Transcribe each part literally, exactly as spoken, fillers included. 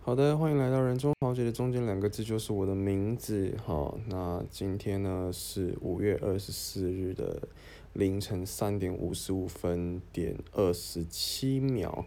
好的，欢迎来到人中豪杰的中间两个字就是我的名字。好，那今天呢是五月二十四日的凌晨三点五十五分点二十七秒。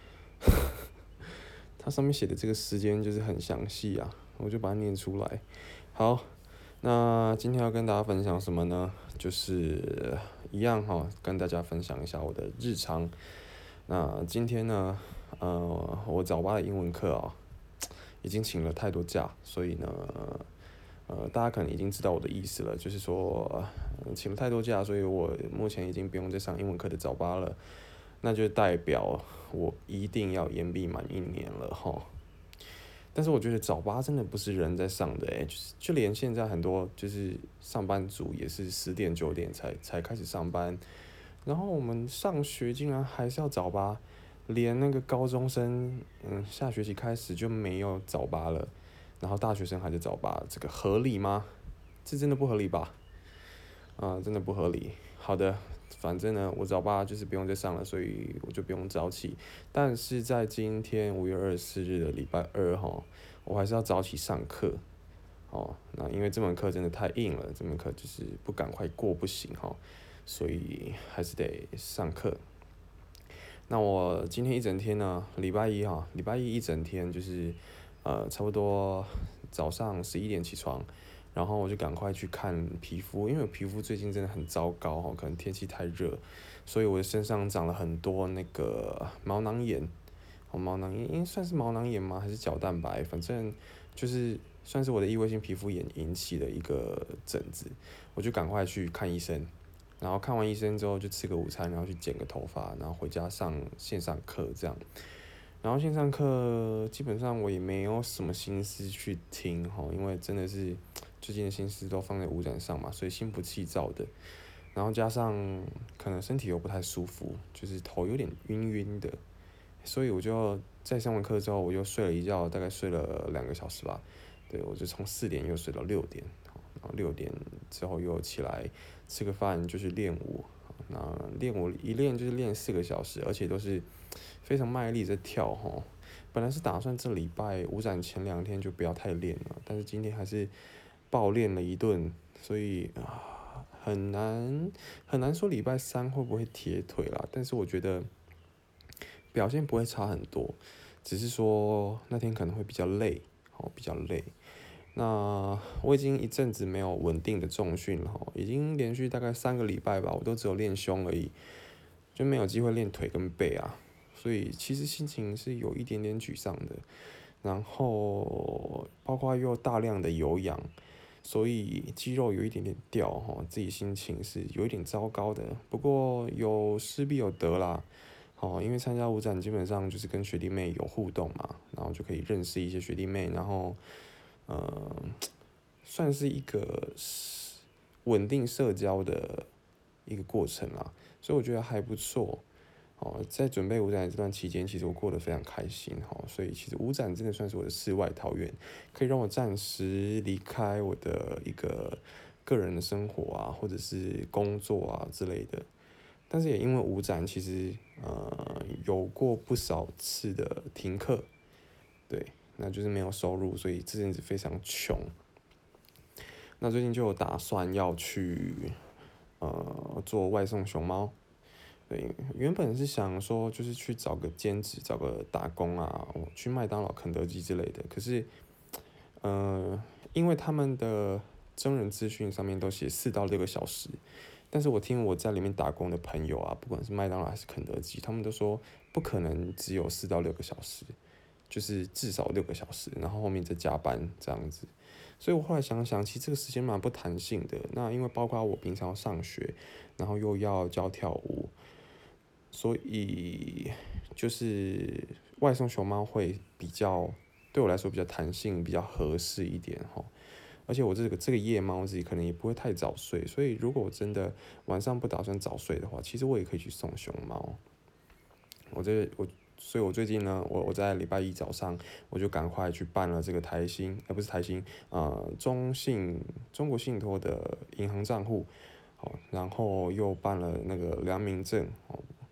它上面写的这个时间就是很详细啊，我就把它念出来。好，那今天要跟大家分享什么呢？就是一样哈，跟大家分享一下我的日常。那今天呢，呃，我早八的英文课啊。已经请了太多假，所以呢，呃，大家可能已经知道我的意思了，就是说，呃、请了太多假，所以我目前已经不用再上英文课的早八了，那就代表我一定要延毕满一年了哈。但是我觉得早八真的不是人在上的诶，就是就连现在很多就是上班族也是十点九点才才开始上班，然后我们上学竟然还是要早八。连那个高中生，嗯，下学期开始就没有早八了，然后大学生还是早八，这个合理吗？这真的不合理吧？啊、真的不合理。好的，反正呢，我早八就是不用再上了，所以我就不用早起。但是在今天五月二十四日的礼拜二哈，我还是要早起上课。哦，那因为这门课真的太硬了，这门课就是不赶快过不行哈，所以还是得上课。那我今天一整天呢，礼拜一哈，礼拜一一整天就是，呃，差不多早上十一点起床，然后我就赶快去看皮肤，因为我皮肤最近真的很糟糕哈，可能天气太热，所以我的身上长了很多那个毛囊炎，哦，毛囊炎应该算是毛囊炎吗？还是角蛋白？反正就是算是我的异位性皮肤炎引起的一个疹子，我就赶快去看医生。然后看完医生之后就吃个午餐，然后去剪个头发，然后回家上线上课这样。然后线上课基本上我也没有什么心思去听哈，因为真的是最近的心思都放在舞展上嘛，所以心不气躁的。然后加上可能身体又不太舒服，就是头有点晕晕的，所以我就在上完课之后，我又睡了一觉，大概睡了两个小时吧。对，我就从四点又睡到六点，然后六点之后又起来吃个饭，就是练舞。那练舞一练就是练四个小时，而且都是非常卖力在跳哈。本来是打算这礼拜舞展前两天就不要太练了，但是今天还是爆练了一顿，所以啊很难很难说礼拜三会不会铁腿啦。但是我觉得表现不会差很多，只是说那天可能会比较累，哦，比较累。那我已经一阵子没有稳定的重训了，已经连续大概三个礼拜吧，我都只有练胸而已，就没有机会练腿跟背啊，所以其实心情是有一点点沮丧的。然后包括又大量的有氧，所以肌肉有一点点掉哈，自己心情是有一点糟糕的。不过有失必有得啦。哦，因为参加舞展基本上就是跟学弟妹有互动嘛，然后就可以认识一些学弟妹，然后，呃，算是一个稳定社交的一个过程啦，所以我觉得还不错。哦，在准备舞展这段期间，其实我过得非常开心哈，所以其实舞展真的算是我的世外桃源，可以让我暂时离开我的一个个人的生活啊，或者是工作啊之类的。但是也因为舞展，其实呃有过不少次的停课，对，那就是没有收入，所以这阵子非常穷。那最近就有打算要去呃做外送熊猫，对，原本是想说就是去找个兼职，找个打工啊，去麦当劳、肯德基之类的。可是，呃，因为他们的真人资讯上面都写四到六个小时，但是我听我在里面打工的朋友啊，不管是麦当劳还是肯德基，他们都说不可能只有四到六个小时，就是至少六个小时，然后后面再加班这样子。所以我后来想想，其实这个时间蛮不弹性的。那因为包括我平常上学，然后又要教跳舞，所以就是外送熊猫会比较对我来说比较弹性，比较合适一点哈。而且我这个这个夜猫自己可能也不会太早睡，所以如果我真的晚上不打算早睡的话，其实我也可以去送熊猫。我这我，所以我最近呢，我我在礼拜一早上我就赶快去办了这个台新，呃不是台新，呃中信中国信托的银行账户，好，然后又办了那个良民证，哦，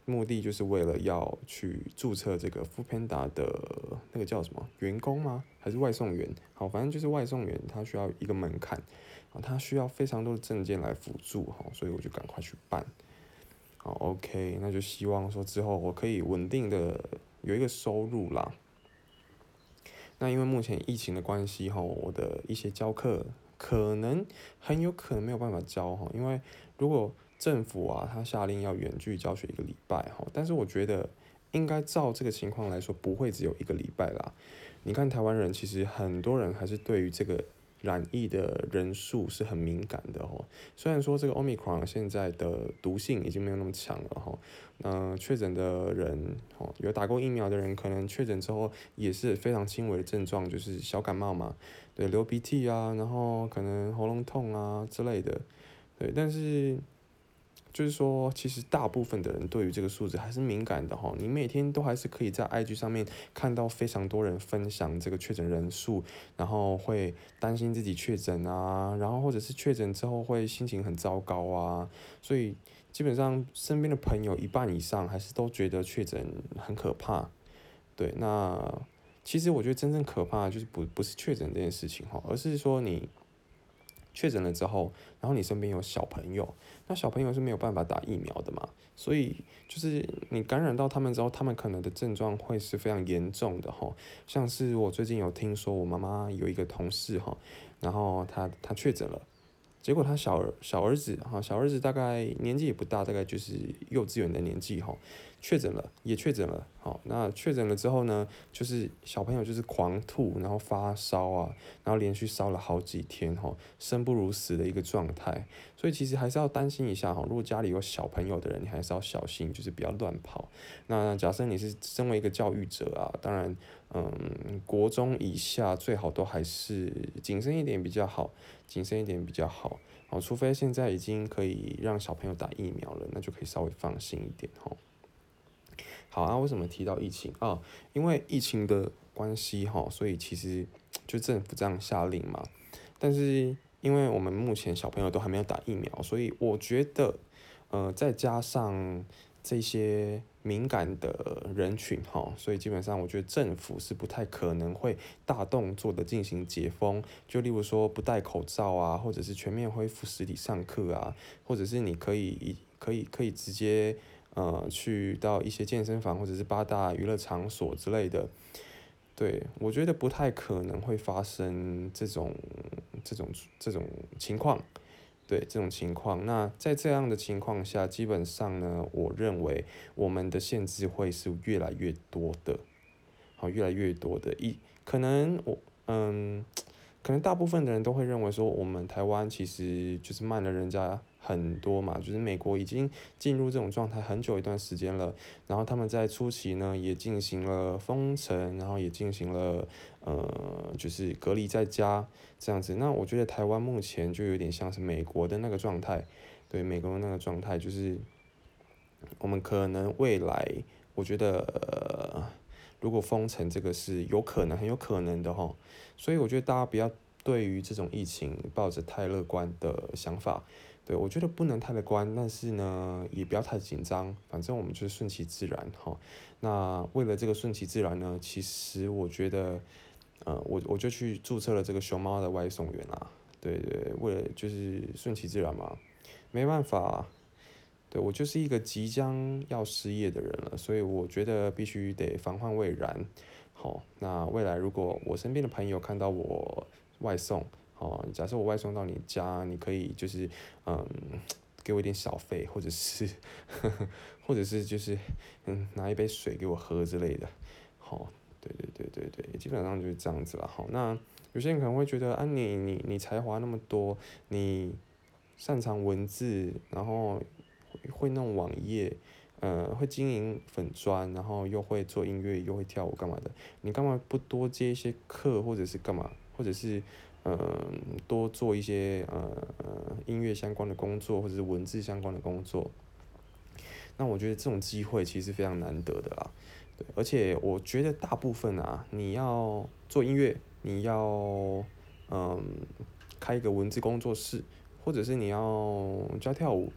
目的就是为了要去注册这个 Foodpanda 的那个叫什么员工吗？还是外送员？好，反正就是外送员，他需要一个门槛啊，他需要非常多的证件来辅助哈，所以我就赶快去办。好，OK，那就希望说之后我可以稳定的有一个收入啦。那因为目前疫情的关系哈，我的一些教课可能很有可能没有办法教哈，因为如果政府啊他下令要远距教学一个礼拜哈，但是我觉得应该照这个情况来说不会只有一个礼拜啦。你看台湾人其实很多人还是对于这个染疫的人数是很敏感的哦。虽然说这个 Omicron 现在的毒性已经没有那么强了哈，那确诊的人哦，有打过疫苗的人，可能确诊之后也是非常轻微的症状，就是小感冒嘛，对，流鼻涕啊，然后可能喉咙痛啊之类的，对，但是。就是说，其实大部分的人对于这个数字还是敏感的哈。你每天都还是可以在 I G 上面看到非常多人分享这个确诊人数，然后会担心自己确诊啊，然后或者是确诊之后会心情很糟糕啊。所以基本上身边的朋友一半以上还是都觉得确诊很可怕。对，那其实我觉得真正可怕的就是不不是确诊这件事情哈，而是说你。确诊了之后，然后你身边有小朋友，那小朋友是没有办法打疫苗的嘛，所以就是你感染到他们之后，他们可能的症状会是非常严重的哈。像是我最近有听说，我妈妈有一个同事哈，然后他他确诊了。结果他小儿小儿子哈，小儿子大概年纪也不大，大概就是幼稚园的年纪哈，确诊了，也确诊了。好，那确诊了之后呢，就是小朋友就是狂吐，然后发烧啊，然后连续烧了好几天哈，生不如死的一个状态。所以其实还是要担心一下哈，如果家里有小朋友的人，你还是要小心，就是不要乱跑。那假设你是身为一个教育者啊，当然，嗯，国中以下最好都还是谨慎一点比较好。谨慎一点比较好，好，除非现在已经可以让小朋友打疫苗了，那就可以稍微放心一点哈。好啊，为什么提到疫情啊？因为疫情的关系哈，所以其实就政府这样下令嘛。但是因为我们目前小朋友都还没有打疫苗，所以我觉得，呃，再加上这些敏感的人群哈，所以基本上我觉得政府是不太可能会大动作的进行解封，就例如说不戴口罩啊，或者是全面恢复实体上课啊，或者是你可以可以可以直接呃去到一些健身房或者是八大娱乐场所之类的。对，我觉得不太可能会发生这种这种这种情况。对这种情况，那在这样的情况下，基本上呢，我认为我们的限制会是越来越多的，好，越来越多的，一可能我嗯，可能大部分的人都会认为说，我们台湾其实就是慢了人家很多嘛，就是美国已经进入这种状态很久一段时间了，然后他们在初期呢也进行了封城，然后也进行了呃就是隔离在家这样子。那我觉得台湾目前就有点像是美国的那个状态，对，美国的那个状态就是我们可能未来，我觉得呃如果封城这个是有可能很有可能的哈，所以我觉得大家不要对于这种疫情抱着太乐观的想法。对，我觉得不能太乐观，但是呢，也不要太紧张，反正我们就是顺其自然哈。那为了这个顺其自然呢，其实我觉得，呃，我我就去注册了这个熊猫的外送员啦。对对，为了就是顺其自然嘛，没办法，对，我就是一个即将要失业的人了，所以我觉得必须得防患未然。好，那未来如果我身边的朋友看到我外送，好，假设我外送到你家，你可以就是嗯给我一点小费，或者是或者是就是嗯拿一杯水给我喝之类的。好，对对对对对，基本上就是这样子了。好，那有些人可能会觉得啊，你你你才华那么多，你擅长文字，然后会弄网页，呃，会经营粉砖，然后又会做音乐，又会跳舞，干嘛的？你干嘛不多接一些课，或者是干嘛？或者是嗯、呃，多做一些呃音乐相关的工作，或者是文字相关的工作？那我觉得这种机会其实非常难得的啦。对，而且我觉得大部分啊，你要做音乐，你要嗯开一个文字工作室，或者是你要教跳舞，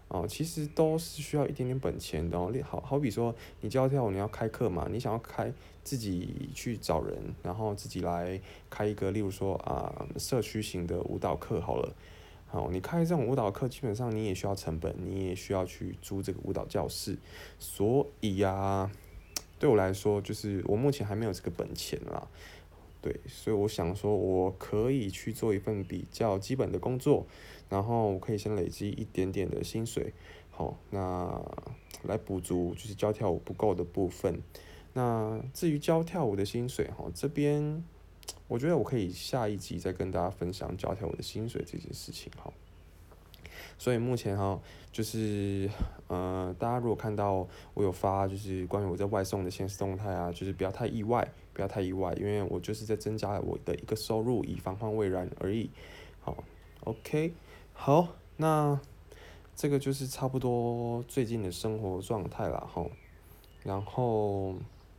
哦，其实都是需要一点点本钱的哦。好好比说，你教跳舞，你要开课嘛，你想要开自己去找人，然后自己来开一个，例如说啊、社区型的舞蹈课好了。好，你开这种舞蹈课，基本上你也需要成本，你也需要去租这个舞蹈教室。所以呀、啊，对我来说，就是我目前还没有这个本钱啦。对，所以我想说，我可以去做一份比较基本的工作，然后我可以先累积一点点的薪水，好，那来补足就是教跳舞不够的部分。那至于教跳舞的薪水，哈，这边我觉得我可以下一集再跟大家分享教跳舞的薪水这件事情，哈。所以目前哈，就是呃，大家如果看到我有发就是关于我在外送的现实动态啊，就是不要太意外，不要太意外，因为我就是在增加我的一个收入，以防患未然而已。好，OK，好，那这个就是差不多最近的生活状态啦，哈。然后，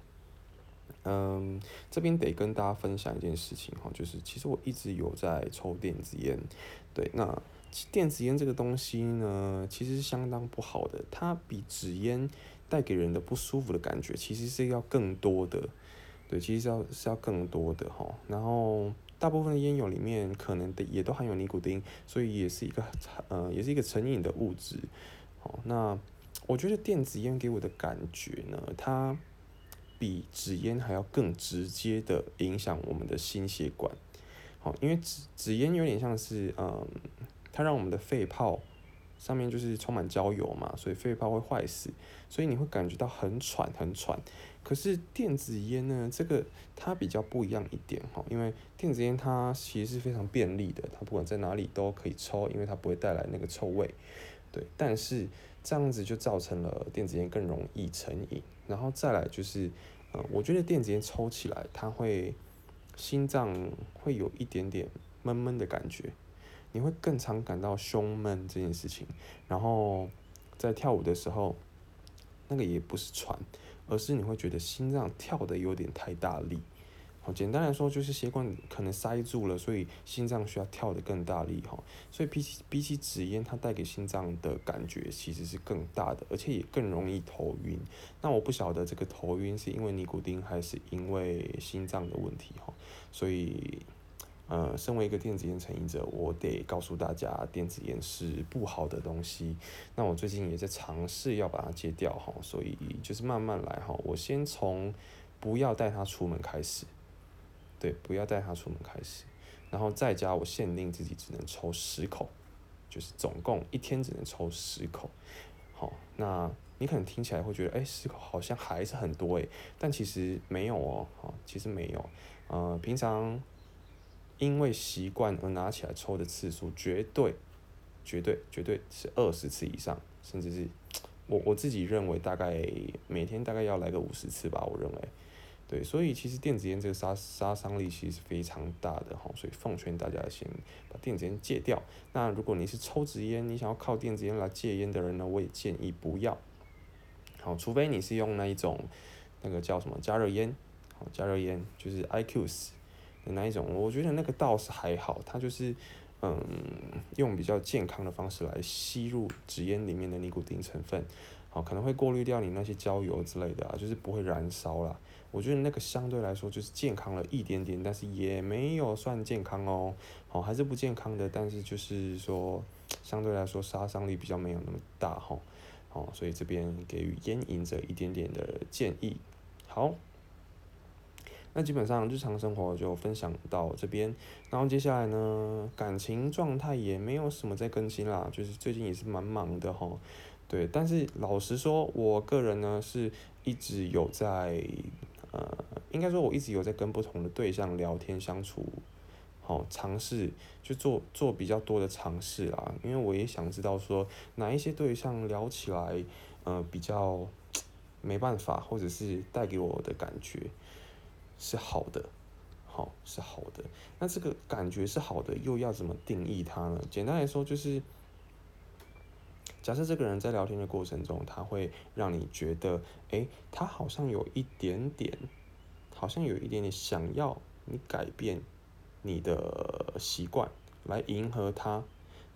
嗯，这边得跟大家分享一件事情哈，就是其实我一直有在抽电子烟，对，那电子烟这个东西呢，其实是相当不好的，它比纸烟带给人的不舒服的感觉，其实是要更多的，对，其实是要是要更多的哈。然后大部分的烟油里面可能的也都含有尼古丁，所以也是一个呃也是一个成瘾的物质。好，那我觉得电子烟给我的感觉呢，它比纸烟还要更直接的影响我们的心血管。好，因为纸纸烟有点像是嗯，它让我们的肺泡上面就是充满焦油嘛，所以肺泡会坏死，所以你会感觉到很喘很喘。可是电子烟呢，这个它比较不一样一点哈，因为电子烟它其实是非常便利的，它不管在哪里都可以抽，因为它不会带来那个臭味。对，但是这样子就造成了电子烟更容易成瘾，然后再来就是，呃，我觉得电子烟抽起来，它会心脏会有一点点闷闷的感觉，你会更常感到胸闷这件事情，然后在跳舞的时候，那个也不是喘，而是你会觉得心脏跳的有点太大力。好，简单来说就是血管可能塞住了，所以心脏需要跳得更大力哈。所以比起比起纸烟，它带给心脏的感觉其实是更大的，而且也更容易头晕。那我不晓得这个头晕是因为尼古丁还是因为心脏的问题哈。所以，呃，身为一个电子烟成瘾者，我得告诉大家，电子烟是不好的东西。那我最近也在尝试要把它戒掉哈，所以就是慢慢来哈。我先从不要带它出门开始。对，不要带它出门开始，然后在家我限定自己只能抽十口，就是总共一天只能抽十口。好，那你可能听起来会觉得，哎、欸，十口好像还是很多哎，但其实没有哦，好，其实没有，呃，平常因为习惯而拿起来抽的次数，绝对、绝对、绝对是二十次以上，甚至是我我自己认为大概每天大概要来个五十次吧，我认为。对，所以其实电子烟这个杀杀伤力其实是非常大的哈，所以奉劝大家先把电子烟戒掉。那如果你是抽纸烟，你想要靠电子烟来戒烟的人呢，我也建议不要。好，除非你是用那一种那个叫什么加热烟，好，加热烟就是 I Q S 的那一种，我觉得那个倒是还好，它就是嗯用比较健康的方式来吸入纸烟里面的尼古丁成分。好，可能会过滤掉你那些焦油之类的啊，就是不会燃烧啦。我觉得那个相对来说就是健康了一点点，但是也没有算健康哦。好，还是不健康的，但是就是说相对来说杀伤力比较没有那么大哈。好，所以这边给予烟瘾者一点点的建议。好，那基本上日常生活就分享到这边，然后接下来呢，感情状态也没有什么在更新啦，就是最近也是蛮忙的哈。对，但是老实说，我个人呢是一直有在，呃，应该说我一直有在跟不同的对象聊天相处，好，尝试去做做比较多的尝试啦，因为我也想知道说哪一些对象聊起来，呃，比较没办法，或者是带给我的感觉是好的，好是好的。那这个感觉是好的，又要怎么定义它呢？简单来说就是。假设这个人在聊天的过程中，他会让你觉得，诶，他好像有一点点，好像有一点点想要你改变你的习惯，来迎合他。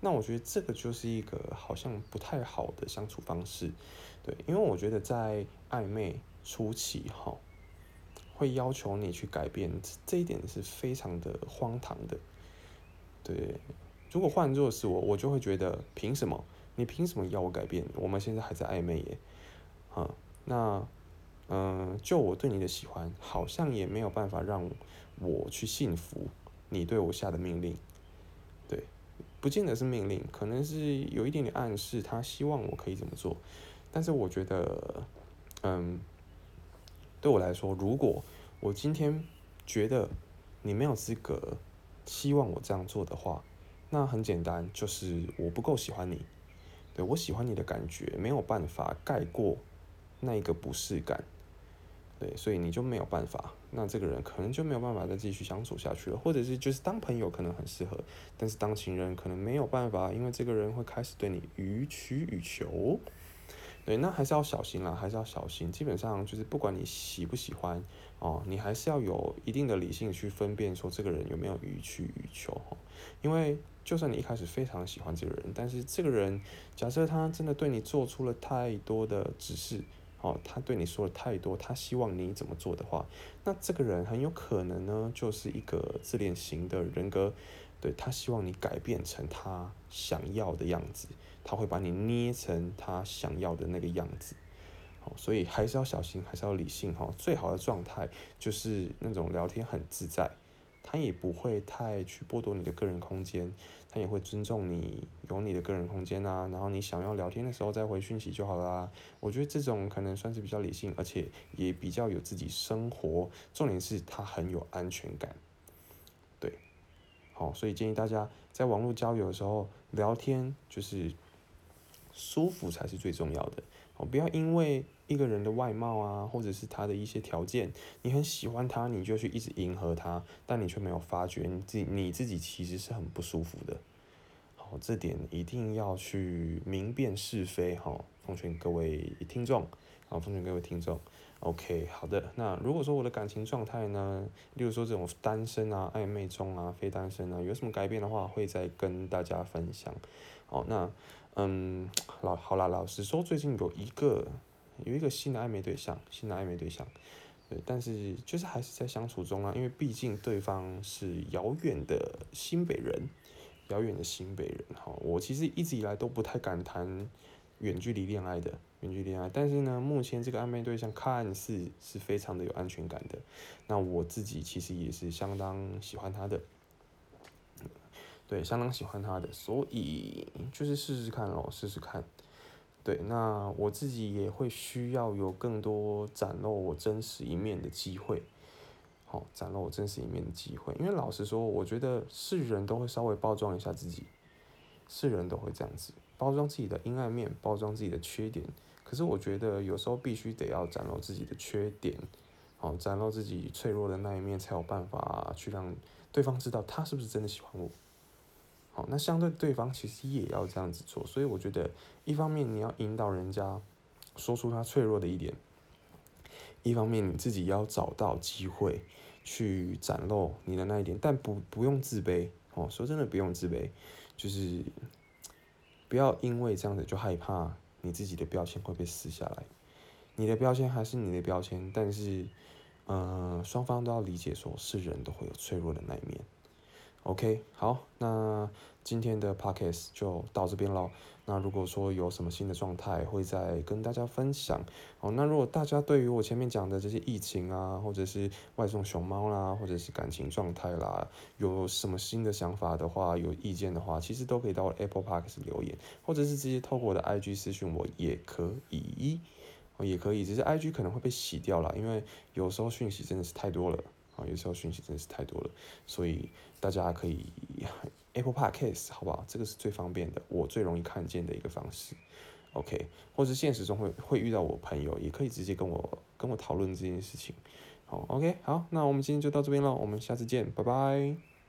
那我觉得这个就是一个好像不太好的相处方式，对，因为我觉得在暧昧初期哈，会要求你去改变，这一点是非常的荒唐的，对。如果换作是我，我就会觉得凭什么？你凭什么要我改变？我们现在还在暧昧耶，啊、嗯，那嗯、呃，就我对你的喜欢，好像也没有办法让我去信服你对我下的命令，对，不见得是命令，可能是有一点点暗示，他希望我可以怎么做，但是我觉得，嗯，对我来说，如果我今天觉得你没有资格希望我这样做的话，那很简单，就是我不够喜欢你，对，我喜欢你的感觉没有办法盖过那一个不适感，对，所以你就没有办法，那这个人可能就没有办法再继续相处下去了，或者是就是当朋友可能很适合，但是当情人可能没有办法，因为这个人会开始对你予取予求。对，那还是要小心啦，还是要小心。基本上就是不管你喜不喜欢哦，你还是要有一定的理性去分辨说这个人有没有予取予求哦。因为就算你一开始非常喜欢这个人，但是这个人假设他真的对你做出了太多的指示，哦，他对你说了太多，他希望你怎么做的话，那这个人很有可能呢就是一个自恋型的人格，对，他希望你改变成他想要的样子。他会把你捏成他想要的那个样子，所以还是要小心，还是要理性哈。最好的状态就是那种聊天很自在，他也不会太去剥夺你的个人空间，他也会尊重你有你的个人空间啊。然后你想要聊天的时候再回讯息就好啦。我觉得这种可能算是比较理性，而且也比较有自己生活。重点是他很有安全感，对，好，所以建议大家在网络交友的时候聊天就是舒服才是最重要的哦，不要因为一个人的外貌啊，或者是他的一些条件，你很喜欢他，你就去一直迎合他，但你却没有发觉你自己你自己其实是很不舒服的。好，这点一定要去明辨是非哈，奉劝各位听众，好，奉劝各位听众。OK， 好的，那如果说我的感情状态呢，例如说这种单身啊、暧昧中啊、非单身啊，有什么改变的话，会再跟大家分享。好，那嗯，老好啦，老实说，最近有一个有一个新的暧昧对象，新的暧昧对象，对，但是就是还是在相处中啊，因为毕竟对方是遥远的新北人，遥远的新北人哈，我其实一直以来都不太敢谈远距离恋爱的，远距离恋爱，但是呢，目前这个暧昧对象看似是非常的有安全感的，那我自己其实也是相当喜欢他的。对，相当喜欢他的，所以就是试试看咯，试试看。对，那我自己也会需要有更多展露我真实一面的机会，好、哦，展露我真实一面的机会。因为老实说，我觉得是人都会稍微包装一下自己，是人都会这样子包装自己的阴暗面，包装自己的缺点。可是我觉得有时候必须得要展露自己的缺点，好、哦，展露自己脆弱的那一面，才有办法去让对方知道他是不是真的喜欢我。好，那相对对方其实也要这样子做，所以我觉得一方面你要引导人家说出他脆弱的一点，一方面你自己要找到机会去展露你的那一点，但不不用自卑哦。说真的，不用自卑，就是不要因为这样子就害怕你自己的标签会被撕下来。你的标签还是你的标签，但是呃双方都要理解，说是人都会有脆弱的那一面。OK， 好，那今天的 Podcast 就到这边咯。那如果说有什么新的状态，会再跟大家分享。好，那如果大家对于我前面讲的这些疫情啊，或者是外送熊猫啦，或者是感情状态啦，有什么新的想法的话，有意见的话，其实都可以到我的 Apple Podcast 留言，或者是直接透过我的 I G 私讯我也可以，也可以，只是 I G 可能会被洗掉啦，因为有时候讯息真的是太多了。啊，有时候讯息真的是太多了，所以大家可以 Apple Podcast 好不好？这个是最方便的，我最容易看见的一个方式。OK， 或是现实中会会遇到我朋友，也可以直接跟我跟我讨论这件事情。好 ，OK， 好，那我们今天就到这边了，我们下次见，拜拜。